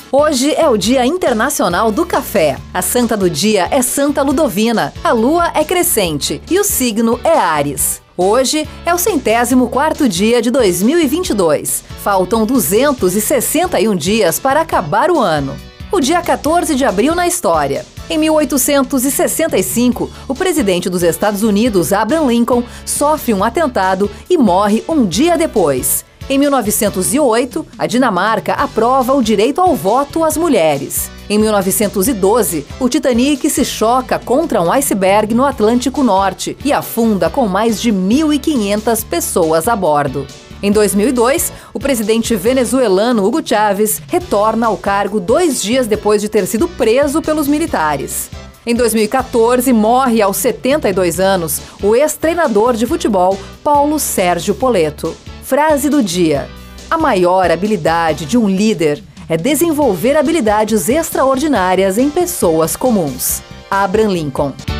Hoje é o Dia Internacional do Café. A santa do dia é Santa Ludovina. A lua é crescente e o signo é Áries. Hoje é o 104º dia de 2022. Faltam 261 dias para acabar o ano. O dia 14 de abril na história. Em 1865, o presidente dos Estados Unidos, Abraham Lincoln, sofre um atentado e morre um dia depois. Em 1908, a Dinamarca aprova o direito ao voto às mulheres. Em 1912, o Titanic se choca contra um iceberg no Atlântico Norte e afunda com mais de 1.500 pessoas a bordo. Em 2002, o presidente venezuelano Hugo Chávez retorna ao cargo 2 dias depois de ter sido preso pelos militares. Em 2014, morre aos 72 anos o ex-treinador de futebol Paulo Sérgio Poletto. Frase do dia: a maior habilidade de um líder é desenvolver habilidades extraordinárias em pessoas comuns. Abraham Lincoln.